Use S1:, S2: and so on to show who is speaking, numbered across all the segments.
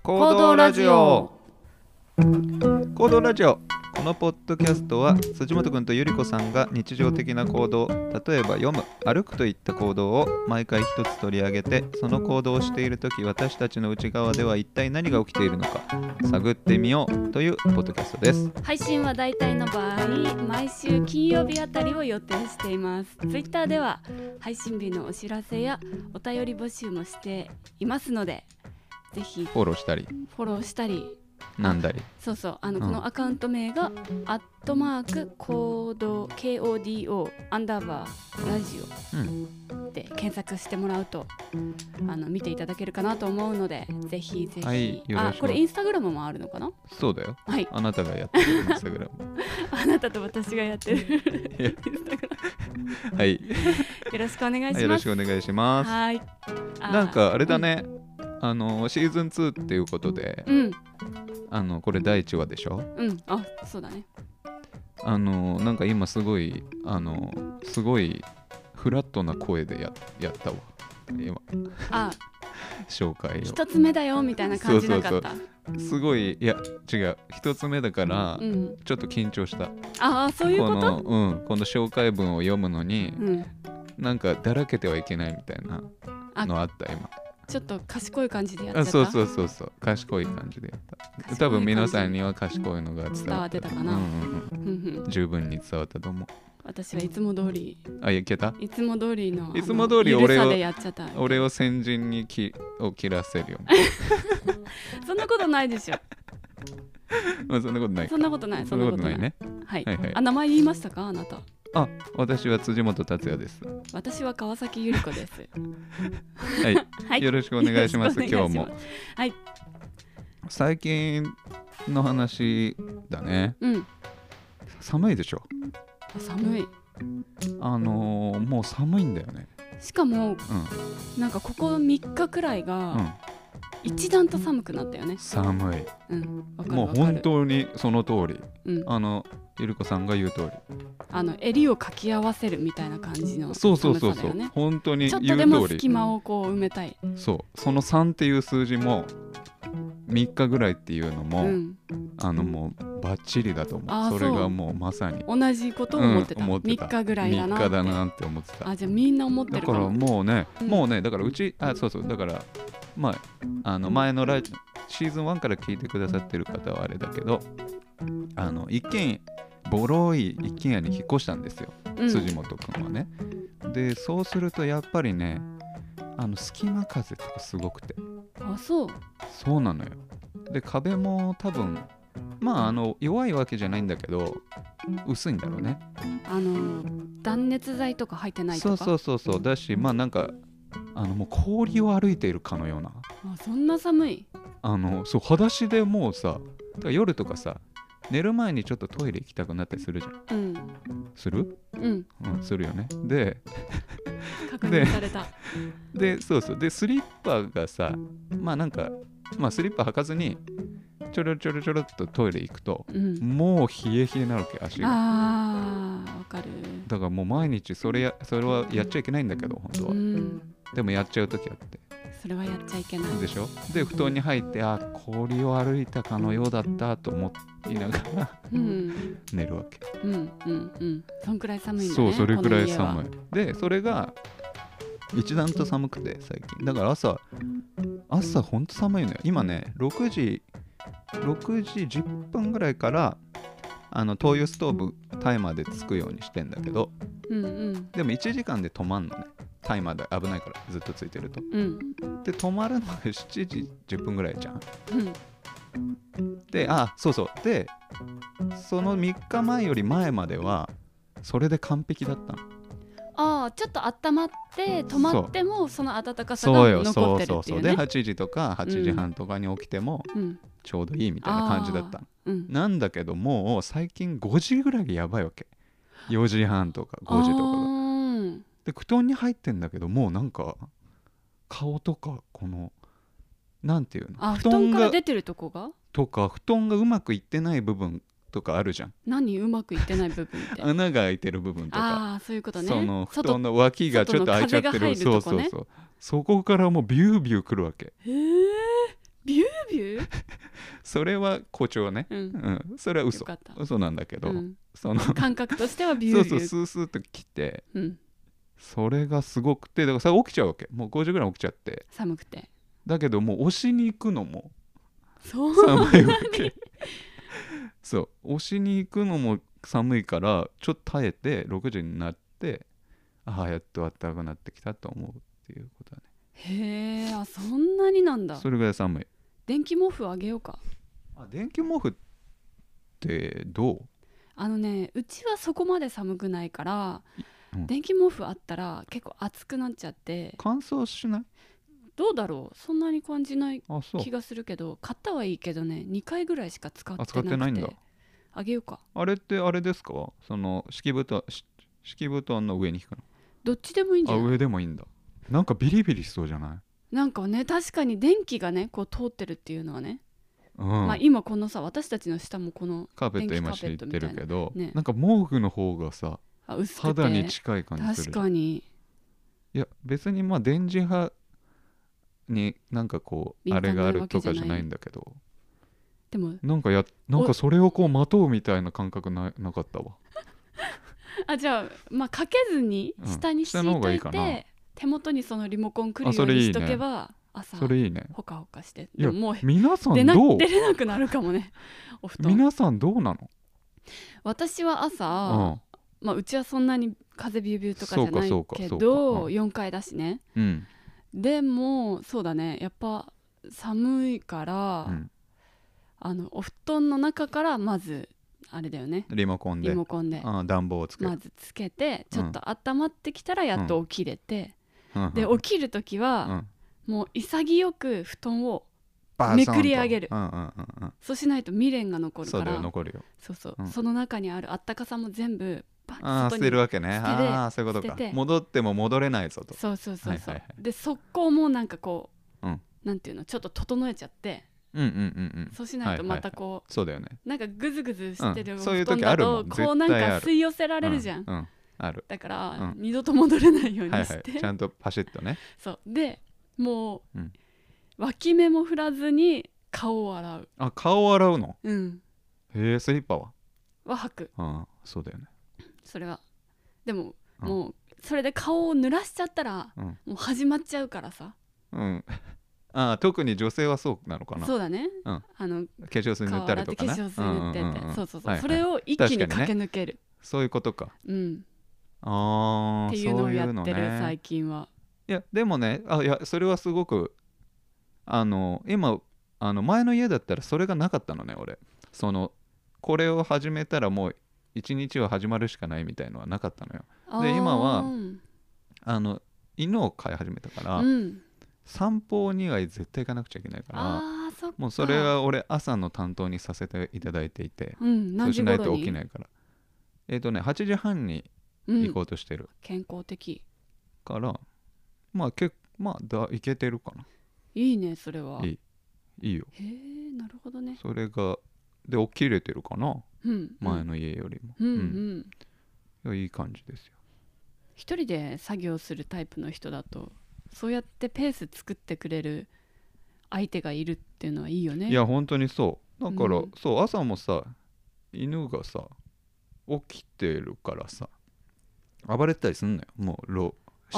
S1: 行動ラジオ。行動ラジオ。このポッドキャストは辻本くんとゆりこさんが日常的な行動、例えば読む、歩くといった行動を毎回一つ取り上げて、その行動をしているとき私たちの内側では一体何が起きているのか探ってみようというポッドキャストです。
S2: 配信は大体の場合毎週金曜日あたりを予定しています。ツイッターでは配信日のお知らせやお便り募集もしていますので、ぜひ
S1: フォローしたりなんだり、
S2: そうそう、このアカウント名が@行動 KODO アンダーバーラジオで検索してもらうと見ていただけるかなと思うので、ぜひぜひ、
S1: はい、よろしく。
S2: これインスタグラムもあるのかな。
S1: そうだよ、
S2: はい、
S1: あなたがやってるインスタグラム
S2: あなたと私がやってるインスタグラム
S1: はい、
S2: よろしくお願いします。
S1: よろしくお願いします。
S2: はい、
S1: なんかあれだね、シーズン2っていうことで、これ第1話でしょ。
S2: あ、そうだね。
S1: なんか今すごいすごいフラットな声でやったわ今紹介を。
S2: 一つ目だよみたいな感じなかった。
S1: そうすごい、いや違う、一つ目だから、ちょっと緊張した。
S2: そういうこと。
S1: この紹介文を読むのに、なんかだらけてはいけないみたいなのあった今。
S2: ちょっと賢い感じでやっちゃった。
S1: そう賢い感じでやった。多分皆さんには賢いのが伝わってたかな。十分に伝わったと思う。
S2: 私はいつも通り
S1: いけた。
S2: いつも通りの
S1: 俺を先人に切らせるよ
S2: そんなことないでしょ
S1: そんなことないね。
S2: はい、名前言いましたかあなた。
S1: 私は辻本達也です。
S2: 私は川崎ゆり子です
S1: はい、よろしくお願いします。今日も。
S2: はい。
S1: 最近の話だね。寒いでしょ。
S2: 寒い。
S1: もう寒いんだよね。
S2: しかも、なんかここ3日くらいが、一段と寒くなったよね。
S1: 寒い。もう本当にその通り。ゆりこさんが言う通り。
S2: 襟をかき合わせるみたいな感じの
S1: 寒さだよね。本当に言う通り。
S2: ちょっとでも隙間をこう埋めたい。
S1: その3っていう数字も3日ぐらいっていうのも、もうバッチリだと思う。それがもうまさに
S2: 同じことを思ってた。3日ぐらいだなって。
S1: 3日だなって思ってた。
S2: じゃあみんな思ってるかも。
S1: だからもうねだからうちだから前のシーズン1から聞いてくださってる方はあれだけど、ボロい一軒家に引っ越したんですよ、辻本くんはね。でそうするとやっぱりね、隙間風とかすごくて。そうなのよ。で壁も多分弱いわけじゃないんだけど薄いんだろうね。
S2: 断熱材とか入ってないとか。
S1: そうだし、なんかもう氷を歩いているかのような。
S2: そんな寒い。
S1: そう裸足でもうさ、夜とかさ寝る前にちょっとトイレ行きたくなったりするじゃん。する？するよね。で
S2: 確認された。
S1: ででスリッパがさ、なんかスリッパ履かずにちょろっとトイレ行くと、もう冷え冷えなるわけ、足が。
S2: わかる。
S1: だからもう毎日それはやっちゃいけないんだけど本当は。でもやっちゃう時あって。
S2: それはやっちゃいけない
S1: でしょ。で布団に入って氷を歩いたかのようだったと思いながら寝るわけ。
S2: そんくらい寒いんだね。
S1: それくらい寒い。でそれが一段と寒くて最近だから朝ほんと寒いのよ。今ね6時10分ぐらいから灯油ストーブタイマーでつくようにしてんだけど、でも1時間で止まんのね。タイマーで危ないからずっとついてると、で止まるのが7時10分ぐらいじゃん。ででその3日前より前まではそれで完璧だったの。
S2: ちょっと温まって止まってもその暖かさが残ってるっていうね。
S1: で8時とか8時半とかに起きてもちょうどいいみたいな感じだったの。なんだけどもう最近5時ぐらいがやばいわけ。4時半とか5時とかが。で布団に入ってんだけどもうなんか顔とかこのなんていうの、
S2: 布団から出てるとこが
S1: とか布団がうまくいってない部分とかあるじゃん。
S2: 何うまくいってない部分って
S1: 穴が開いてる部分とか。
S2: そういうことね。
S1: その布団の脇がちょっと開いちゃってる。そこからもうビュービューくるわけ。
S2: ビュービュー
S1: それは誇張ね、それは嘘
S2: よかった。
S1: 嘘なんだけど、その
S2: 感覚としてはビュービュー。
S1: そうそう、スースーっと来て、それがすごくて、だからさ起きちゃうわけ、もう5時ぐらい起きちゃって、
S2: 寒くて、
S1: だけどもう押しに行くのも
S2: そう
S1: 寒いわけそう押しに行くのも寒いからちょっと耐えて6時になって、ああやっと暖かくなってきたと思うっていうことだね。
S2: へえ、あ、そんなになんだ。
S1: それぐらい寒い。
S2: 電気毛布あげようか。
S1: 電気毛布ってどう？
S2: うちはそこまで寒くないから、電気毛布あったら結構暑くなっちゃって
S1: 乾燥しない？
S2: どうだろう、そんなに感じない
S1: そう
S2: 気がするけど、買ったはいいけどね、2回ぐらいしか使ってなくて。
S1: 使ってないんだ。
S2: あげようか。
S1: あれってあれですか、その敷布団の上に引くの？
S2: どっちでもいいんじゃない？
S1: 上でもいいんだ。なんかビリビリしそうじゃない？
S2: なんかね、確かに電気がねこう通ってるっていうのはね、
S1: ま
S2: あ今このさ、私たちの下もこの
S1: カーペット今敷いてるけど、
S2: ね、
S1: なんか毛布の方がさ
S2: 薄くて
S1: 肌に近い感じする。
S2: 確かに。
S1: いや別にまあ電磁波になんかこうあれがあるとかじゃないんだけど、
S2: でも
S1: なんかそれをこうまとうみたいな感覚なかったわ
S2: じゃあかけずに下に敷いといて、手元にそのリモコン来るようにしとけば、朝
S1: それいいね。
S2: ほかほかして。
S1: いや
S2: でももう
S1: 皆さんどう？
S2: 出れなくなるかもねお布団。
S1: 皆さんどうなの？
S2: 私は朝、うちはそんなに風ビュービューとかじゃないけど、4階だしね、でもそうだね、やっぱ寒いから、お布団の中からまずあれだよね、
S1: リモコンで暖房をつける、
S2: まずつけてちょっと温まってきたらやっと起きれて、で起きるときは、もう潔く布団をめくり上げる。そうしないと未練が残るから。
S1: そうだよ、残るよ。
S2: その中にあるあったかさも全部
S1: 捨てるわけね。そういうことか。戻っても戻れないぞと。
S2: そうで速攻もなんかこう、なんていうの、ちょっと整えちゃって、そうしないとまたこう、
S1: そうだよね、
S2: なんかグズグズしてるお
S1: そういう
S2: 布団だ
S1: 時あるもん。
S2: とこうなんか吸い寄せられるじゃん。
S1: ある。
S2: だから二度と戻れないようにして
S1: ちゃんとパシッとね。
S2: そうでもう脇目も振らずに顔を洗う。
S1: 顔を洗うの？
S2: へ
S1: え、スリッパは
S2: 履く。
S1: そうだよね。
S2: それはでも、もうそれで顔を濡らしちゃったら、もう始まっちゃうからさ。
S1: 特に女性はそうなのかな。
S2: そうだね。
S1: 化粧水塗ったりとかね。
S2: 化粧水塗ってて、そうそれを一気に駆け抜ける。
S1: そういうことか。
S2: っていうのをやってる最近は。
S1: いやでもね、いやそれはすごく今前の家だったらそれがなかったのね。俺これを始めたらもう一日は始まるしかないみたいのはなかったのよ。で今は犬を飼い始めたから、散歩には絶対行かなくちゃいけないから、もうそれは俺朝の担当にさせていただいていて、そうしないと起きないから、8時半に行こうとしてる、
S2: 健康的
S1: からいけてるかな。
S2: いいね、それは。
S1: いいよ。
S2: へえ、なるほどね。
S1: それがで起きれてるかな、前の家よりも。いい感じですよ。
S2: 一人で作業するタイプの人だとそうやってペース作ってくれる相手がいるっていうのはいいよね。
S1: いや本当にそうだから、そう朝もさ犬がさ起きてるからさ暴れたりすんのよ。もう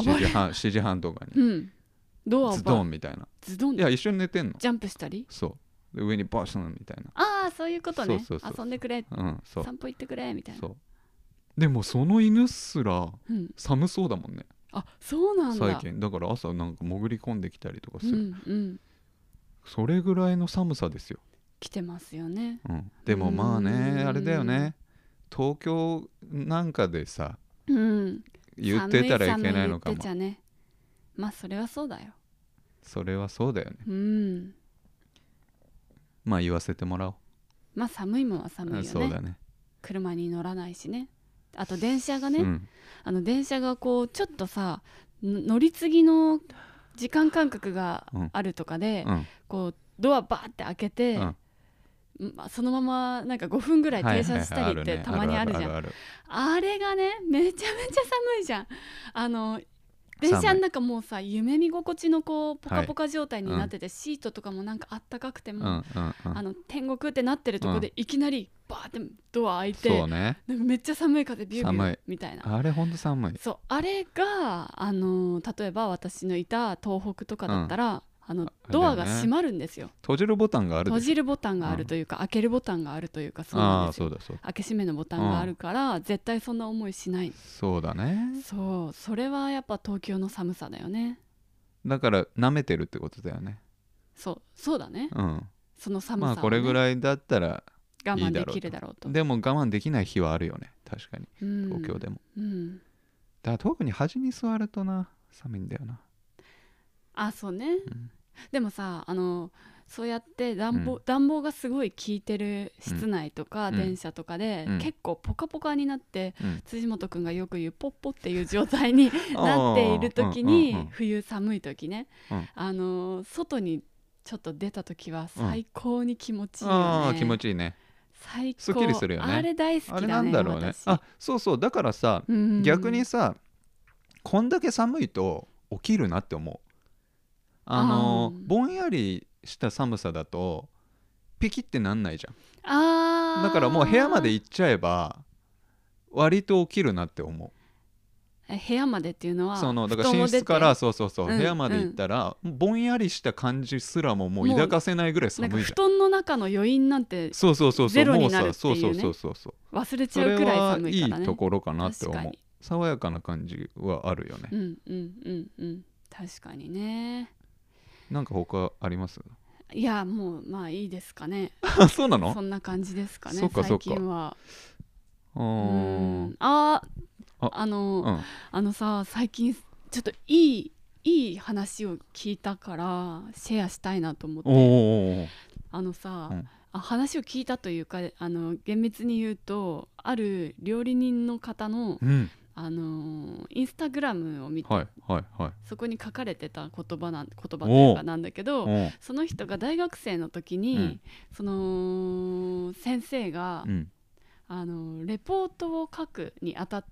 S1: 7時半とかに、ズドンみたいな。
S2: ズドン。
S1: いや一緒に寝てんの。
S2: ジャンプしたり。
S1: そうで上にバーシャンみたいな。
S2: そういうことね。遊んでくれ、散歩行ってくれみたいな。
S1: でもその犬すら寒そうだもんね。
S2: そうなんだ。
S1: 最近だから朝なんか潜り込んできたりとかする、それぐらいの寒さですよ。
S2: 来てますよね、
S1: でもまあね、あれだよね、東京なんかでさ、言ってたらいけないのかも。
S2: まあそれはそうだよ。
S1: それはそうだよね。まあ言わせてもらおう。
S2: まあ寒いもんは寒いよね。
S1: そうだね。
S2: 車に乗らないしね。あと電車がね、電車がこうちょっとさ乗り継ぎの時間間隔があるとかで、こうドアバーって開けて、そのままなんか5分ぐらい停車したりってたまにあるじゃん。あれがねめちゃめちゃ寒いじゃん。 電車の中もうさ夢見心地のこうポカポカ状態になってて、シートとかもなんかあったかくても、天国ってなってるところでいきなりバーってドア開いて、
S1: そうね、
S2: なんかめっちゃ寒い風ビュービューみたいな、
S1: あれほんと寒い。
S2: そうあれが例えば私のいた東北とかだったら、ドアが閉まるんですよ。
S1: 閉じるボタンがあるでしょ。
S2: 閉じるボタンがあるというか、開けるボタンがあるというか、そうなんですよ。
S1: そうだそうだ。
S2: 開け閉めのボタンがあるから、絶対そんな思いしない。
S1: そうだね。
S2: そう、それはやっぱ東京の寒さだよね。
S1: だから舐めてるってことだよね。
S2: そうだね。その寒さをね、
S1: まあこれぐらいだったら
S2: 我慢できるだろうと。
S1: でも我慢できない日はあるよね、確かに。東京でも。だから特に端に座るとな、寒いんだよな。
S2: あ、そうね。でもさ、そうやって暖房がすごい効いてる室内とか電車とかで、結構ポカポカになって、辻本くんがよく言うポッポっていう状態になっている時に、冬寒い時ね、外にちょっと出た時は最高に気持ちいいよね。
S1: 気持ちいいね。
S2: 最高。
S1: すっきりするよね。
S2: あれ大好きだね。
S1: あれなんだろうね。そうそう、だからさ、逆にさ、こんだけ寒いと起きるなって思う。ぼんやりした寒さだとピキってなんないじゃん。だからもう部屋まで行っちゃえば割と起きるなって思う。
S2: 部屋までっていうのは
S1: だから寝室から部屋まで行ったら、ぼんやりした感じすらもう抱かせないぐらい寒いじゃん。
S2: 布団の中の余韻なんてゼロになるっていうね。忘れちゃうくらい寒いからね。
S1: それはいいところかなって思う。爽やかな感じはあるよね。
S2: 確かにね。
S1: なんか他あります？
S2: いや、もうまあいいですかね。
S1: そうなの？
S2: そんな感じですかね。
S1: そうか
S2: 最近は。さ、最近ちょっといい話を聞いたからシェアしたいなと思って。話を聞いたというか、厳密に言うと、ある料理人の方の、インスタグラムを見て、そこに書かれてた言葉というかなんだけど、その人が大学生の時に、その先生が、レポートを書くにあたって、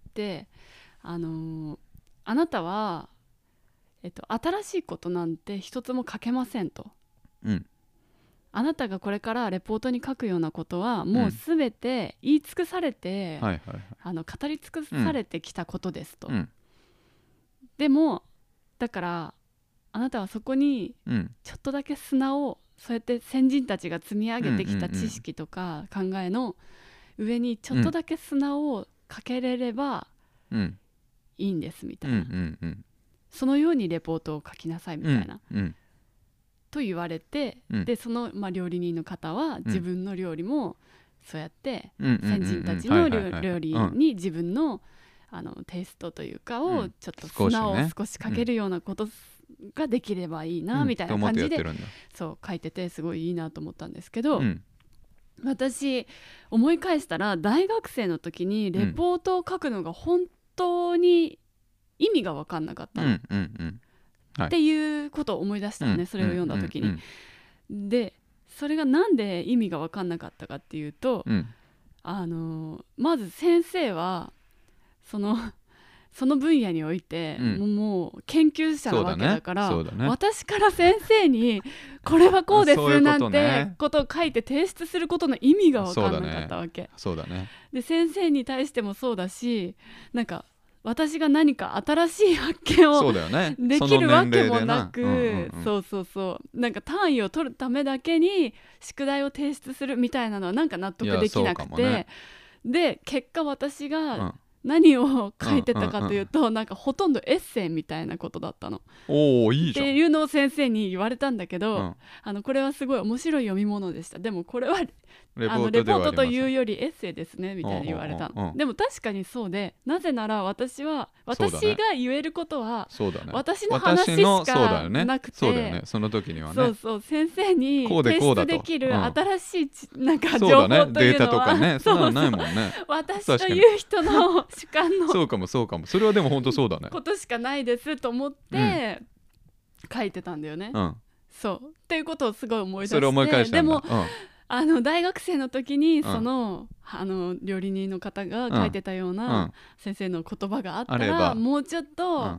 S2: あなたは、新しいことなんて一つも書けませんと。あなたがこれからレポートに書くようなことはもうすべて言い尽くされて、語り尽くされてきたことですと。でもだからあなたはそこにちょっとだけ砂を、そうやって先人たちが積み上げてきた知識とか考えの上にちょっとだけ砂をかけれればいいんですみたいな、そのようにレポートを書きなさいみたいな、と言われて、でその、料理人の方は自分の料理もそうやって先人たちの料理に自分のテイストというかをちょっと砂を少しかけるようなことができればいいなみたいな感じで、そう書いててすごいいいなと思ったんですけど、私思い返したら大学生の時にレポートを書くのが本当に意味が分かんなかったの。っていうことを思い出したのね、それを読んだ時に。でそれがなんで意味が分かんなかったかっていうと、まず先生はその分野において、もう研究者なわけだから、私から先生にこれはこうですなんてことを書いて提出することの意味が分かんなかったわけ。で先生に対してもそうだし、なんか私が何か新しい発見をできるわけもなく、なんか単位を取るためだけに宿題を提出するみたいなのはなんか納得できなくて、で結果私が何を書いてたかというと、なんかほとんどエッセイみたいなことだったの。
S1: いいじゃん
S2: っていうのを先生に言われたんだけど、これはすごい面白い読み物でした。でもこれはレポートというよりエッセイですねみたいに言われたの。でも確かにそうで、なぜなら私が言えることは私の話しかなくて、
S1: その時にはね、
S2: 先生に提出できる新しいなんか情報というのは
S1: データとかね、そんなのないもんね。
S2: 私という人の主観の
S1: そうかもそれはでも本当そうだね。
S2: ことしかないですと思って書いてたんだよね。そうっていうことをすごい思い出して、
S1: それ思い返したんだ。
S2: でも大学生の時にその料理人の方が書いてたような先生の言葉があったら、もうちょっと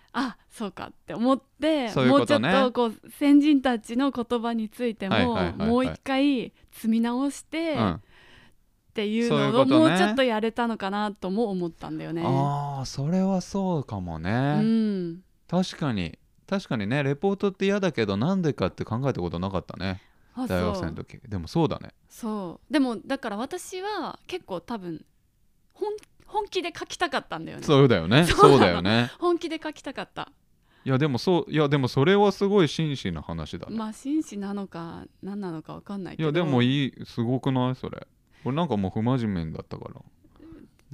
S2: あ、そうかって思って、
S1: そういうことね。
S2: もうちょっとこう先人たちの言葉についても、もう一回積み直して、っていうのをもうちょっとやれたのかなとも思ったんだよね。
S1: ああ、それはそうかもね。確かにね、レポートって嫌だけどなんでかって考えたことなかったね、大学生の時。でもそうだね。
S2: そうでもだから私は結構多分本気で書きたかったんだよね。
S1: そうだよね。そうだよね。
S2: 本気で書きたかった。
S1: いやでもそれはすごい真摯な話だね。
S2: まあ真摯なのか何なのか分かんないけど。
S1: いやでもすごくないそれ。俺なんかもう不真面目だったから、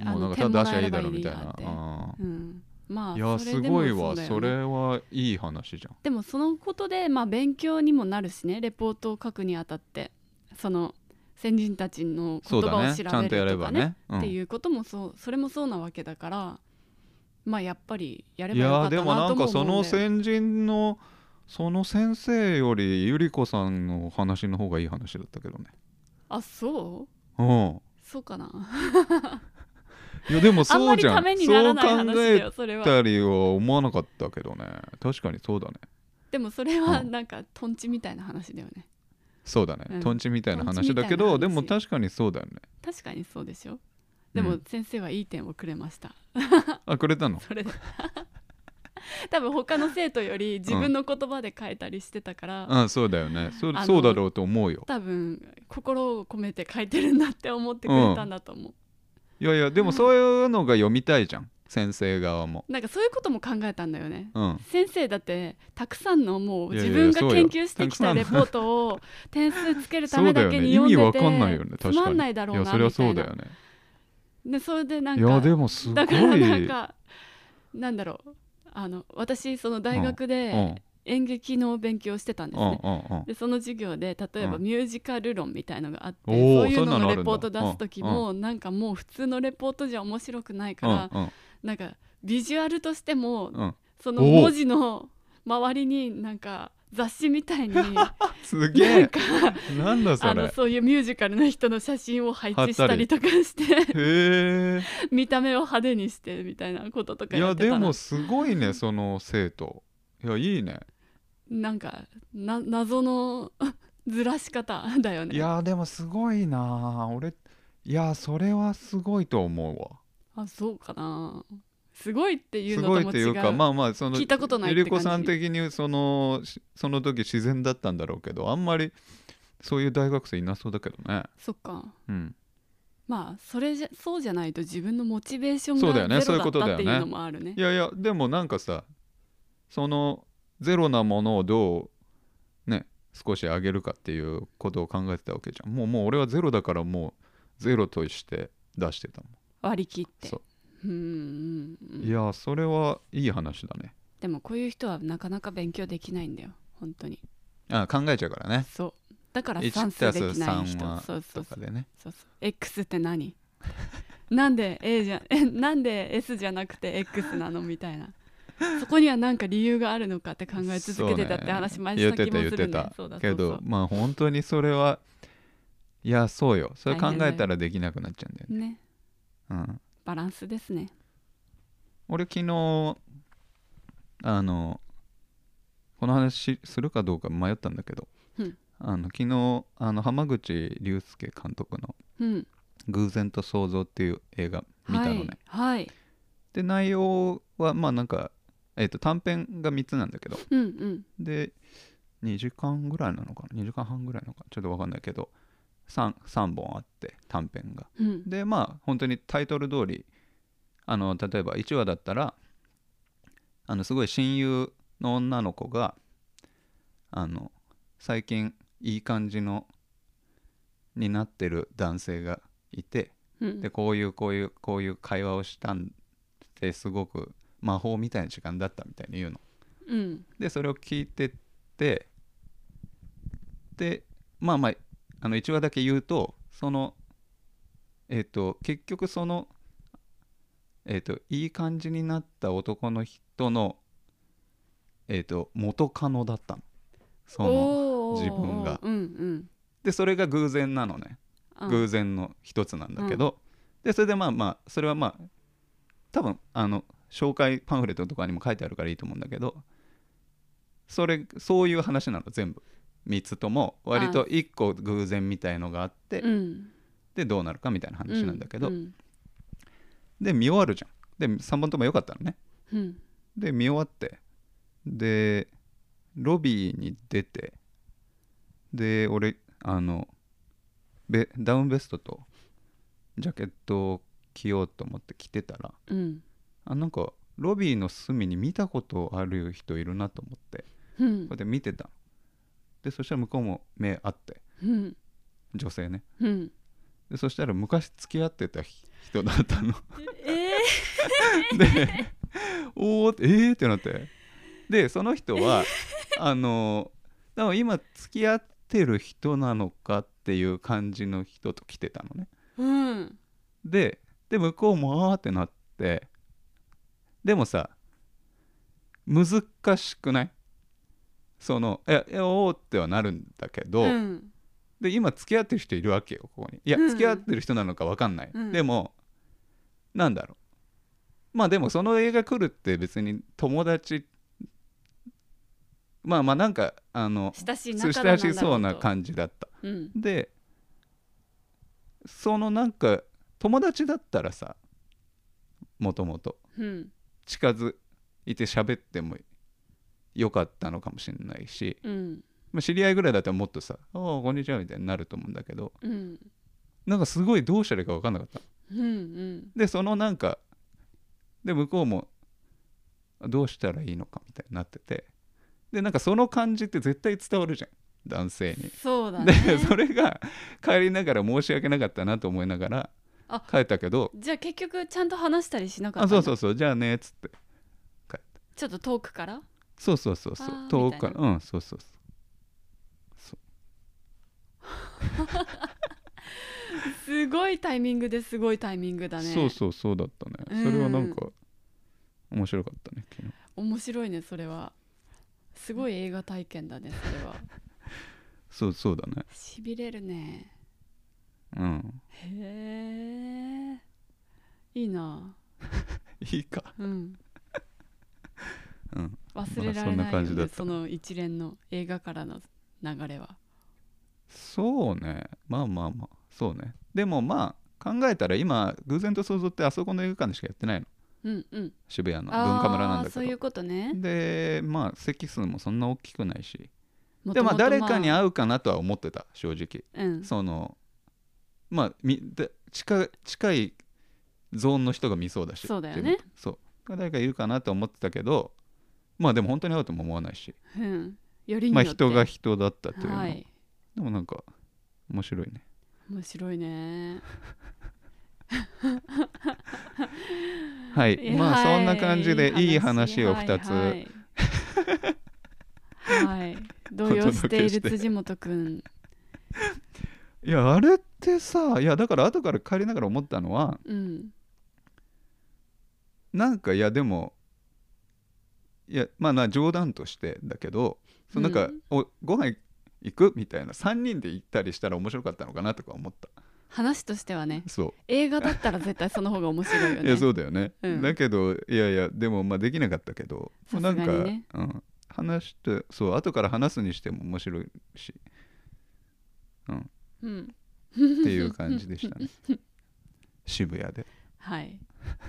S1: もうなんかただ出しゃいいだろみたいな。
S2: まあ、
S1: いやすごいわ、それはいい話じゃん。
S2: でもそのことで、まあ、勉強にもなるしね、レポートを書くにあたって、その先人たちの言葉を調べるとかね、っていうこともそれもそうなわけだから、まあやっぱりやればよかったなとも思うんだよ。
S1: いやでもなんかその先人のその先生よりゆり子さんの話の方がいい話だったけどね。
S2: あ、そう？そうかな。
S1: いやでもそうじゃん。
S2: あんまりためにならない話だよ、それは。
S1: そう考えたりは思わなかったけどね。確かにそうだね。
S2: でもそれはなんかトンチみたいな話だよね。
S1: そうだね、トンチみたいな話だけど、でも確かにそうだよね。
S2: 確かにそうでしょ。でも先生はいい点をくれました。
S1: あ、くれたの？
S2: それで多分他の生徒より自分の言葉で書いたりしてたから、
S1: そうだよね。そうだろうと思うよ。
S2: 多分心を込めて書いてるんだって思ってくれたんだと思う。
S1: いやいやでもそういうのが読みたいじゃん、先生側も。
S2: なんかそういうことも考えたんだよね、先生だってたくさんのもう自分が研究してきたレポートを点数つけるためだけに読んでて、
S1: 意味わかんないよね。確かに
S2: つまんないだろうなみたいな。
S1: いやそれはそうだよね。
S2: でそれでなんか、
S1: いやでもすごい、
S2: だからなんかなんだろう、私その大学で演劇の勉強してたんですね。でその授業で例えばミュージカル論みたいのがあって、そういうののレポート出す時もなんかもう普通のレポートじゃ面白くないから、なんかビジュアルとしても、その文字の周りになんか雑誌みたいに
S1: すげえなんだそれ、
S2: そういうミュージカルの人の写真を配置したりとかして見た目を派手にしてみたいなこととかやってたな。
S1: いやでもすごいねその生徒。いやいいね。
S2: なんか謎のずらし方だよね。
S1: いやでもすごいな俺。いやそれはすごいと思うわ。
S2: あ、そうかな。すごいっていうのとも違う。
S1: すごいっていうか、まあまあその
S2: 聞いたことないって感じ。
S1: ゆり子さん的にその時自然だったんだろうけど、あんまりそういう大学生いなそうだけどね。
S2: そっか。まあそうじゃないと自分のモチベーションがゼロだったっていうのもあるね。
S1: いやいやでもなんかさ、そのゼロなものをどうね少し上げるかっていうことを考えてたわけじゃん。もう俺はゼロだからもうゼロとして出してたもん。
S2: 割り切って。
S1: そう。いやそれはいい話だね。
S2: でもこういう人はなかなか勉強できないんだよ本当に。
S1: 考えちゃうからね。
S2: そうだから算数できない人。
S1: そうとかでね。
S2: そう X って何なんで なんで S じゃなくて X なのみたいな。そこには何か理由があるのかって考え続けてたって話前した気もするね。
S1: そうだけどまあ本当にそれはいやそうよ、それ考えたらできなくなっちゃうんだよね。
S2: バランスですね。
S1: 俺昨日この話するかどうか迷ったんだけど、昨日浜口竜介監督の「偶然と想像」っていう映画見たのね。で内容はまあなんか短編が3つなんだけど、で2時間ぐらいなのかな2時間半ぐらいなのかちょっと分かんないけど 3本あって短編が、でまあ本当にタイトル通り例えば1話だったらすごい親友の女の子が最近いい感じのになってる男性がいて、でこういう会話をしたんですごく魔法みたいな時間だったみたいに言うの、でそれを聞いてってでまあ1話だけ言うとその結局そのいい感じになった男の人の元カノだったの、その自分が、でそれが偶然なのね、偶然の一つなんだけど、でそれでまあそれはまあ多分紹介パンフレットとかにも書いてあるからいいと思うんだけど、そういう話なの全部。3つとも割と1個偶然みたいのがあって、でどうなるかみたいな話なんだけど、で見終わるじゃん。で3本とも良かったのね、で見終わって、でロビーに出て、で俺ダウンベストとジャケットを着ようと思って着てたら、なんかロビーの隅に見たことある人いるなと思って、こうやって見てた。でそしたら向こうも目あって、女性ね、でそしたら昔付き合ってた人だったのでおーってなって、でその人はでも今付き合ってる人なのかっていう感じの人と来てたのね、で向こうもってなって、でもさ難しくない？いやおーってはなるんだけど、で今付き合ってる人いるわけよここに。いや、付き合ってる人なのか分かんない、でもなんだろう、まあでもその映画来るって別に友達、まあなんか
S2: 親しい仲なんだろうと、
S1: 親しそうな感じだった、でなんか友達だったらさ、もともと近づいて喋ってもよかったのかもしれないし、知り合いぐらいだったらもっとさ、おーこんにちはみたいになると思うんだけど、なんかすごいどうしたらいいか分かんなかった、でなんかで向こうもどうしたらいいのかみたいになってて、でなんかその感じって絶対伝わるじゃん男性に。
S2: そうだね。
S1: でそれが帰りながら申し訳なかったなと思いながら帰ったけど、
S2: じゃあ結局ちゃんと話したりしなかったんだ。
S1: そうじゃあねっつって帰った。
S2: ちょっと遠くから
S1: そう遠くから、そう
S2: すごいタイミングですごいタイミングだね。
S1: そうだったね、それはなんか面白かったね昨日。
S2: 面白いね、それはすごい映画体験だねそれは
S1: そうだね、
S2: しびれるね。へえ、いいな。
S1: いいか
S2: 忘れられないよね、その一連の映画からの流れは。
S1: そうね、まあそうね。でもまあ考えたら今偶然と想像ってあそこの映画館でしかやってないの、渋谷の文化村なんだけど。
S2: そういうことね。
S1: でまあ席数もそんな大きくないし、でまあ誰かに会うかなとは思ってた正直、まあ近いゾーンの人が見そうだし、
S2: そうだよね、
S1: 誰かいるかなと思ってたけど、まあでも本当に会うとも思わないし、
S2: よりによって
S1: まあ人が人だったというの、
S2: はい、
S1: でもなんか面白いね。
S2: 面白いね
S1: はい、まあそんな感じでいい話を2つ、
S2: はい動揺している辻本くん。
S1: いやあれってさ、いやだから後から帰りながら思ったのは、なんかいやでもいやまあ冗談としてだけど、なんか、ご飯行くみたいな3人で行ったりしたら面白かったのかなとか思った。
S2: 話としてはね。
S1: そう
S2: 映画だったら絶対その方が面白いよね。
S1: いやそうだよね、だけどいやでもまあできなかったけど、
S2: さすがにね、
S1: なんか、話して後から話すにしても面白いし、っていう感じでしたね渋谷で。
S2: はい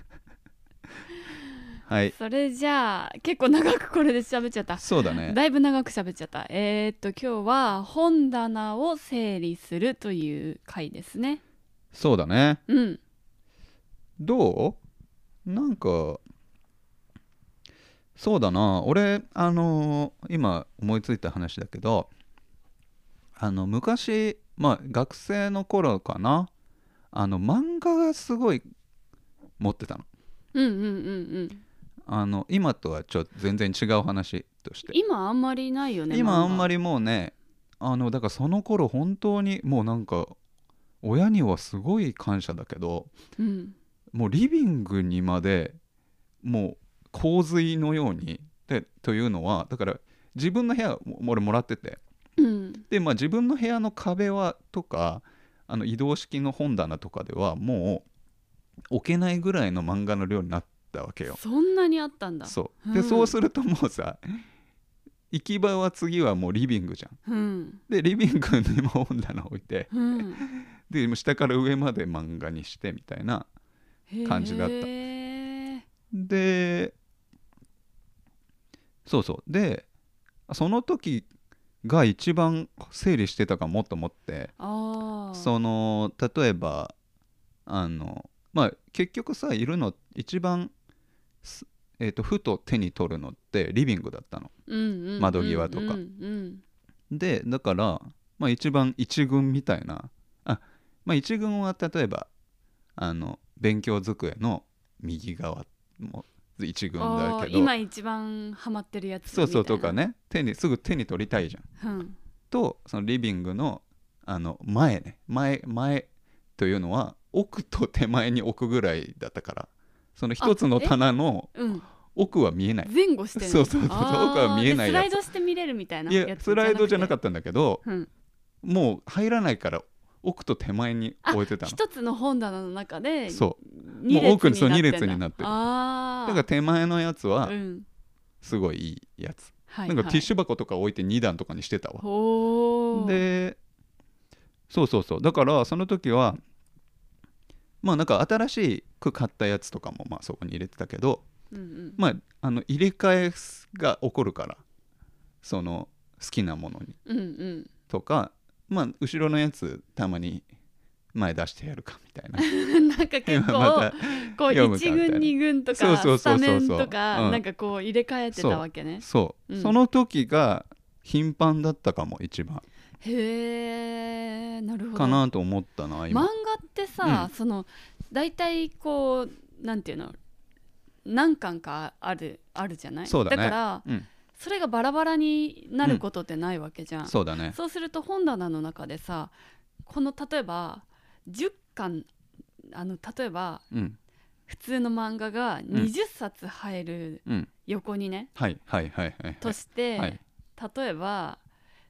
S1: はい、
S2: それじゃあ結構長くこれで喋っちゃった。
S1: そうだね、
S2: だいぶ長く喋っちゃった。今日は本棚を整理するという回ですね。
S1: そうだね、どう？なんかそうだな、俺今思いついた話だけど、昔まあ学生の頃かな、漫画がすごい持ってたの。今とはちょっと全然違う話として、
S2: 今あんまりないよね。
S1: 今あんまりもうね、だからその頃本当にもうなんか親にはすごい感謝だけど、もうリビングにまでもう洪水のようにというのはだから自分の部屋俺もらってて、でまあ自分の部屋の壁はとか移動式の本棚とかではもう置けないぐらいの漫画の量になったわけよ。
S2: そんなにあったんだ。
S1: そうで、そうするともうさ、行き場は次はもうリビングじゃん。でリビングにも本棚置いて、でもう下から上まで漫画にしてみたいな感じだった。でそうそうで、その時が一番整理してたかもと思って、その例えばまあ結局さ、いるの一番ふと手に取るのってリビングだったの、窓際とかで、だからまあ一番一軍みたいな、まあ一軍は例えば勉強机の右側も一軍だけど、
S2: 今一番ハマってるやつみたいな、
S1: そうとかね、すぐ手に取りたいじゃん、とそのリビングの前ね、前というのは奥と手前に置くぐらいだったから、その一つの棚の奥は見えない、
S2: 前後してる、
S1: そう奥は見えないやつ、
S2: スライドして見れるみたいなやつ。
S1: いやスライドじゃなかったんだけど、もう入らないから奥と手前に置いてたの。
S2: 一つの本棚の中で
S1: そうもう奥に2列になってる。だから手前のやつはすごいいいやつ、なんかティッシュ箱とか置いて2段とかにしてたわ。でそうだからその時はまあなんか新しく買ったやつとかもまあそこに入れてたけど、まあ入れ替えが起こるから、その好きなものに、とかまあ後ろのやつたまに前出してやるかみたいな
S2: なんか結構こう1軍2軍とかスタメンとかなんかこう入れ替えてたわけね。
S1: その時が頻繁だったかも一番。
S2: へえ、なるほど
S3: か
S1: なと思ったな今。
S2: 漫画ってさ、そのだいたいこうなんていうの、何巻かあるじゃない。
S1: そうだね、
S2: だから、それがバラバラになることってないわけじゃん、
S1: そうだね。
S2: そうすると本棚の中でさ、この例えば10巻例えば、普通の漫画が20冊入る横にね、として、例えば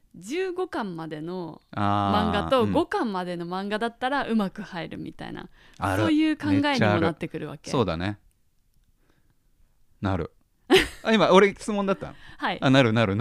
S2: 15巻までの漫画と5巻までの漫画だったらうまく入るみたいな、そういう考えにもなってくるわけ。
S1: そうだね、なる今俺質問だった。なるよ、なる、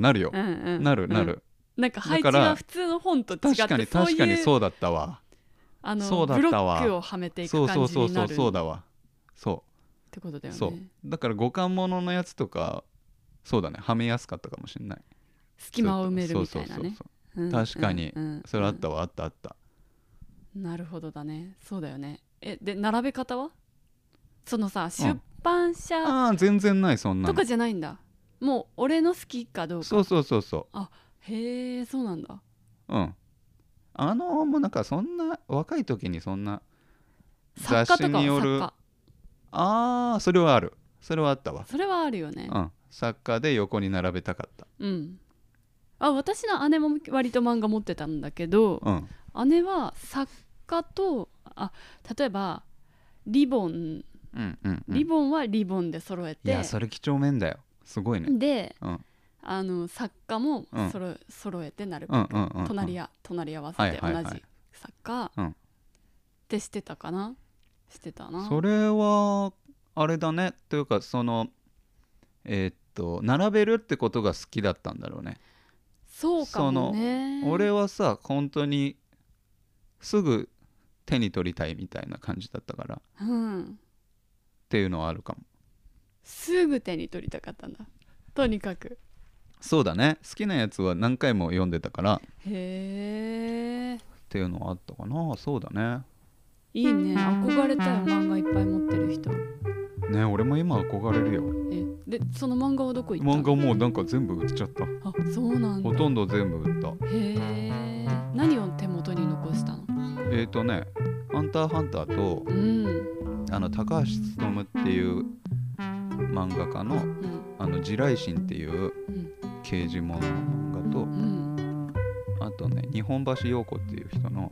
S2: なんか配置が普通の本と違って、
S1: 確かにそうだったわ。
S2: ブロックをはめていく感じになる。
S1: そうだわ。そう
S2: ってことだよね。
S1: そうだから五感もののやつとかそうだね、はめやすかったかもしれない。
S2: 隙間を埋めるみたいなね。
S1: 確かにそれあったわ、あった。
S2: なるほどだね。そうだよね。で並べ方はそのさ、出版社
S1: 全然ない、そんなの
S2: とかじゃないんだ。もう俺の好きかどうか。
S1: そう。
S2: へえ、そうなんだ。
S1: もうなんかそんな若い時にそんな雑誌によるそれはある、それはあったわ。
S2: それはあるよね。
S1: 作家で横に並べたかった。
S2: 私の姉も割と漫画持ってたんだけど、姉は作家と例えばリボンはリボンで揃えて、
S1: いやそれ几帳面だよ、すごいね。
S2: で、作家も揃えてなるべく隣り合わせて同じ作家ってしてたかな。してたな。
S1: それはあれだね、というかその並べるってことが好きだったんだろうね。
S2: そうかもね。
S1: 俺はさ本当にすぐ手に取りたいみたいな感じだったから、っていうのはあるかも。
S2: すぐ手に取りたかったんだ、とにかく。
S1: そうだね、好きなやつは何回も読んでたから。
S2: へえ。
S1: っていうのはあったかな。そうだね。
S2: いいね、憧れたよ、漫画いっぱい持ってる人
S1: ね。俺も今憧れるよ。
S2: でその漫画はどこ行ったの？
S1: 漫画もうなんか全部売っちゃった。
S2: そうなんだ。
S1: ほとんど全部売った。
S2: へえ。何を手元に残したの？
S1: ハンターハンターと、高橋勉っていう漫画家の、地雷神っていう刑事物の漫画と、あとね日本橋陽子っていう人の、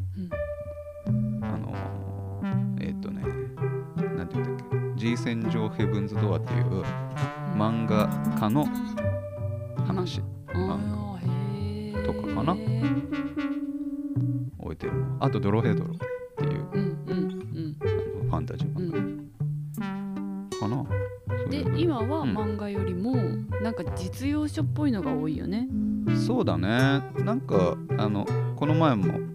S1: なんて言ったっけ、G 戦場ヘブンズドアっていう漫画家の話、漫画とかかな、置いてるの。あとドロヘドロっていう、ファンタジー漫画かな。
S2: 今は漫画よりもなんか実用書っぽいのが多いよね。
S1: そうだね。なんかこの前も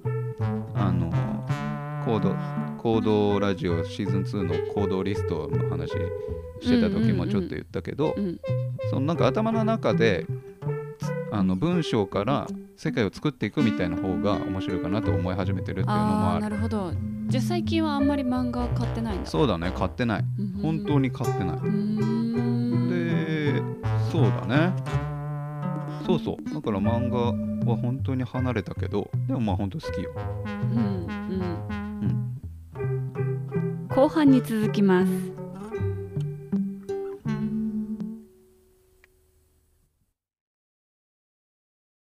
S1: コードラジオシーズン2のコードリストの話してた時もちょっと言ったけど、そのなんか頭の中で文章から世界を作っていくみたいな方が面白いかなと思い始めてるっていうのもある。
S2: なるほど。じゃあ最近はあんまり漫画買ってないんだ。
S1: そうだね、買ってない。本当に買ってない。で、そうだね。そうそう。だから漫画は本当に離れたけど、でもまあ本当好きよ。
S2: 後半に続きます。